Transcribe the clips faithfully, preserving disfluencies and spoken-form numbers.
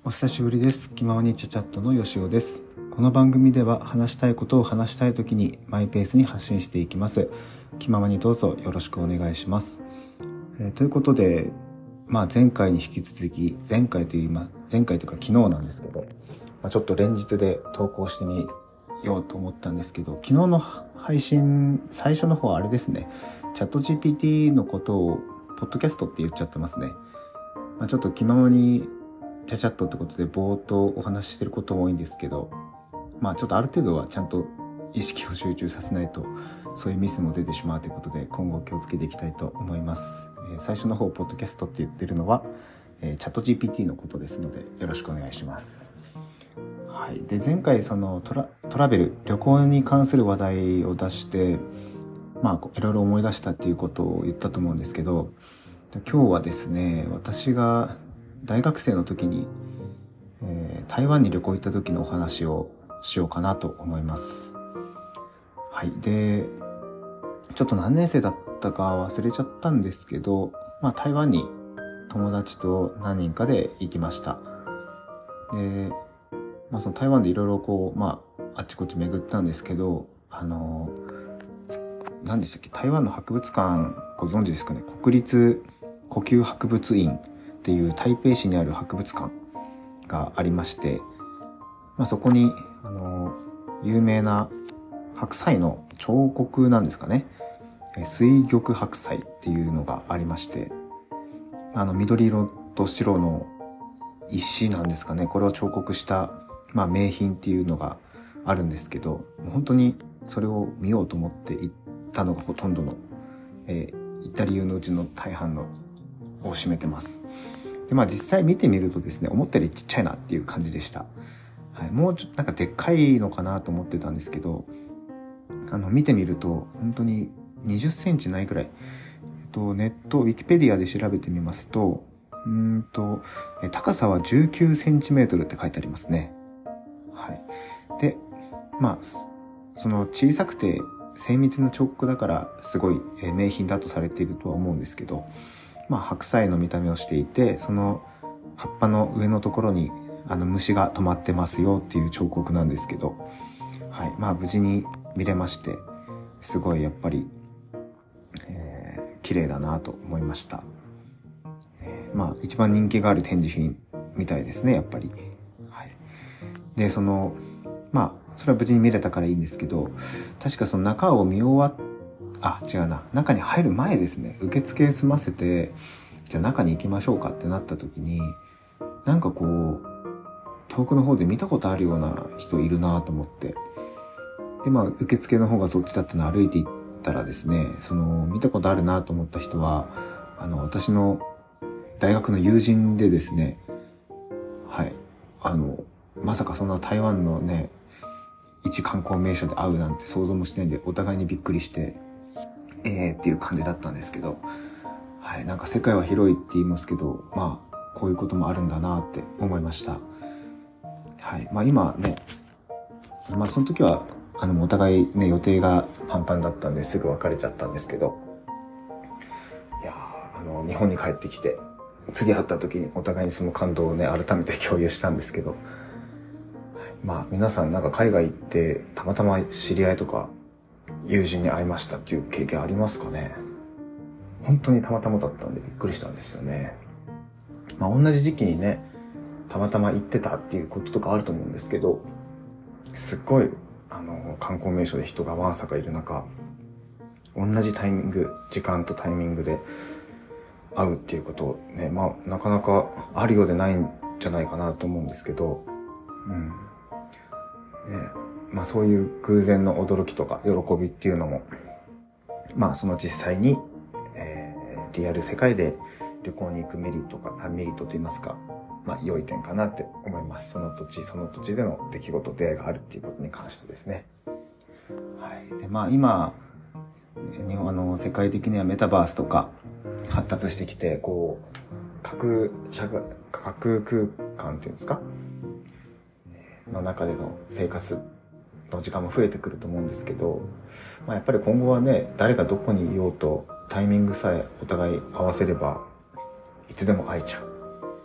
お久しぶりです。気ままにチャチャットのよしおです。この番組では話したいことを話したいときにマイペースに発信していきます。気ままにどうぞよろしくお願いします。えー、ということで、まあ前回に引き続き、前回と言います、前回というか昨日なんですけど、まあ、ちょっと連日で投稿してみようと思ったんですけど、昨日の配信、最初の方はあれですね、チャット ジーピーティー のことをポッドキャストって言っちゃってますね。まあ、ちょっと気ままにチャチャットってことでぼーっとお話ししてることも多いんですけど、まあちょっとある程度はちゃんと意識を集中させないとそういうミスも出てしまうということで、今後気をつけていきたいと思います。えー、最初の方ポッドキャストって言ってるのは、えー、チャット ジーピーティー のことですのでよろしくお願いします。はい、で前回そのトラ、トラベル旅行に関する話題を出して、まあいろいろ思い出したっていうことを言ったと思うんですけど、今日はですね、私が大学生の時に、えー、台湾に旅行行った時のお話をしようかなと思います。はい。で、ちょっと何年生だったか忘れちゃったんですけど、まあ台湾に友達と何人かで行きました。で、まあその台湾でいろいろこう、まああっちこっち巡ったんですけど、あの、何でしたっけ、台湾の博物館ご存知ですかね。国立故宮博物院っていう台北市にある博物館がありまして、まあ、そこにあの有名な白菜の彫刻なんですかね、水玉白菜っていうのがありまして、あの緑色と白の石なんですかね、これを彫刻した、まあ、名品っていうのがあるんですけど、本当にそれを見ようと思って行ったのがほとんどの、えー、行った理由のうちの大半のを占めてます。で、まあ実際見てみるとですね、思ったよりちっちゃいなっていう感じでした。はい、もうちょっとなんかでっかいのかなと思ってたんですけど、あの見てみると本当ににじゅっセンチないくらい。えっとネットウィキペディアで調べてみますと、うーんとえ高さはじゅうきゅうセンチメートルって書いてありますね。はい。で、まあその小さくて精密な彫刻だからすごい名品だとされているとは思うんですけど、まあ白菜の見た目をしていて、その葉っぱの上のところにあの虫が止まってますよっていう彫刻なんですけど、はい、まあ無事に見れまして、すごいやっぱり、えー、綺麗だなと思いました。えー、まあ一番人気がある展示品みたいですね、やっぱり。はい。で、そのまあそれは無事に見れたからいいんですけど、確かその中を見終わっあ、違うな。中に入る前ですね。受付済ませて、じゃあ中に行きましょうかってなった時に、なんかこう、遠くの方で見たことあるような人いるなと思って。で、まあ、受付の方がそっちだったの歩いて行ったらですね、その、見たことあるなと思った人は、あの、私の大学の友人でですね、はい。あの、まさかそんな台湾のね、一観光名所で会うなんて想像もしないんで、お互いにびっくりして、えーっていう感じだったんですけど、はい、なんか世界は広いって言いますけど、まあこういうこともあるんだなって思いました。はい、まあ今ね、まあその時はあのお互いね予定がパンパンだったんですぐ別れちゃったんですけど、いやー、あの日本に帰ってきて次会った時にお互いにその感動をね改めて共有したんですけど、まあ皆さんなんか海外行ってたまたま知り合いとか友人に会いましたっていう経験ありますかね。本当にたまたまだったんでびっくりしたんですよね。まあ同じ時期にねたまたま行ってたっていうこととかあると思うんですけど、すっごいあの観光名所で人がわんさかいる中、同じタイミング時間とタイミングで会うっていうことね、まあなかなかあるようでないんじゃないかなと思うんですけど、うんね、まあそういう偶然の驚きとか喜びっていうのも、まあその実際に、えー、リアル世界で旅行に行くメリットか、あメリットと言いますか、まあ良い点かなって思います。その土地その土地での出来事、出会いがあるっていうことに関してですね。はい。でまあ今日本あの世界的にはメタバースとか発達してきて、こう架空社会架空空間っていうんですかの中での生活の時間も増えてくると思うんですけど、まあ、やっぱり今後はね、誰がどこにいようとタイミングさえお互い合わせればいつでも会えちゃう。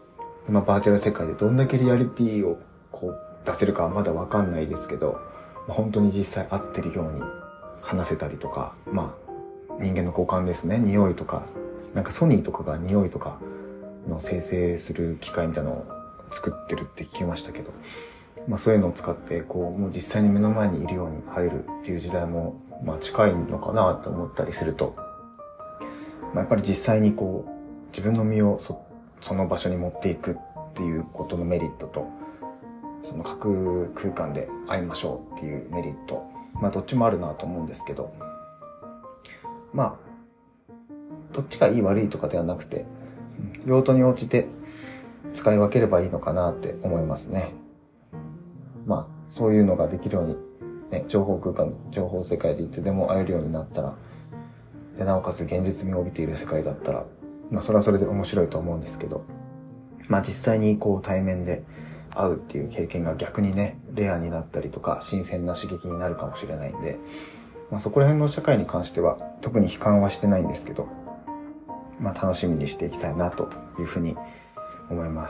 今バーチャル世界でどんだけリアリティをこう出せるかはまだわかんないですけど、まあ、本当に実際合ってるように話せたりとか、まあ人間の五感ですね、匂いとか、なんかソニーとかが匂いとかの生成する機械みたいなのを作ってるって聞きましたけど、まあそういうのを使ってこうもう実際に目の前にいるように会えるっていう時代もまあ近いのかなと思ったりすると、まあ、やっぱり実際にこう自分の身を そ, その場所に持っていくっていうことのメリットと、その架空間で会いましょうっていうメリット、まあどっちもあるなと思うんですけど、まあどっちがいい悪いとかではなくて、用途に応じて使い分ければいいのかなって思いますね。まあそういうのができるように、ね、情報空間、情報世界でいつでも会えるようになったら、でなおかつ現実味を帯びている世界だったら、まあそれはそれで面白いと思うんですけど、まあ実際にこう対面で会うっていう経験が逆にねレアになったりとか新鮮な刺激になるかもしれないんで、まあそこら辺の社会に関しては特に悲観はしてないんですけど、まあ楽しみにしていきたいなというふうに思います。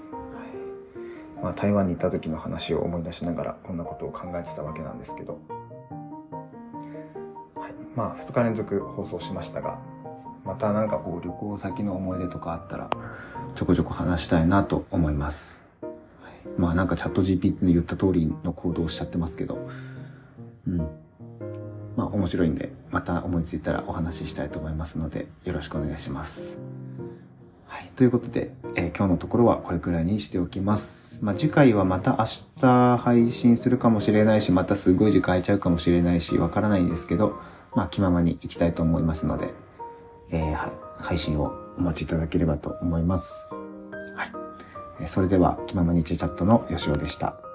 はい、まあ台湾に行った時の話を思い出しながらこんなことを考えてたわけなんですけど、はい、まあふつか連続放送しましたが、またなんかこう旅行先の思い出とかあったらちょこちょこ話したいなと思います。はい、まあなんかチャット ジーピーティー の言った通りの行動をしちゃってますけど、うん、まあ面白いんでまた思いついたらお話ししたいと思いますのでよろしくお願いします。はい、ということで、えー、今日のところはこれくらいにしておきます。まあ次回はまた明日配信するかもしれないし、またすごい時間空いちゃうかもしれないし、わからないんですけど、まあ気ままに行きたいと思いますので、えー、配信をお待ちいただければと思います。はい。それでは、気ままにチャットのよしおでした。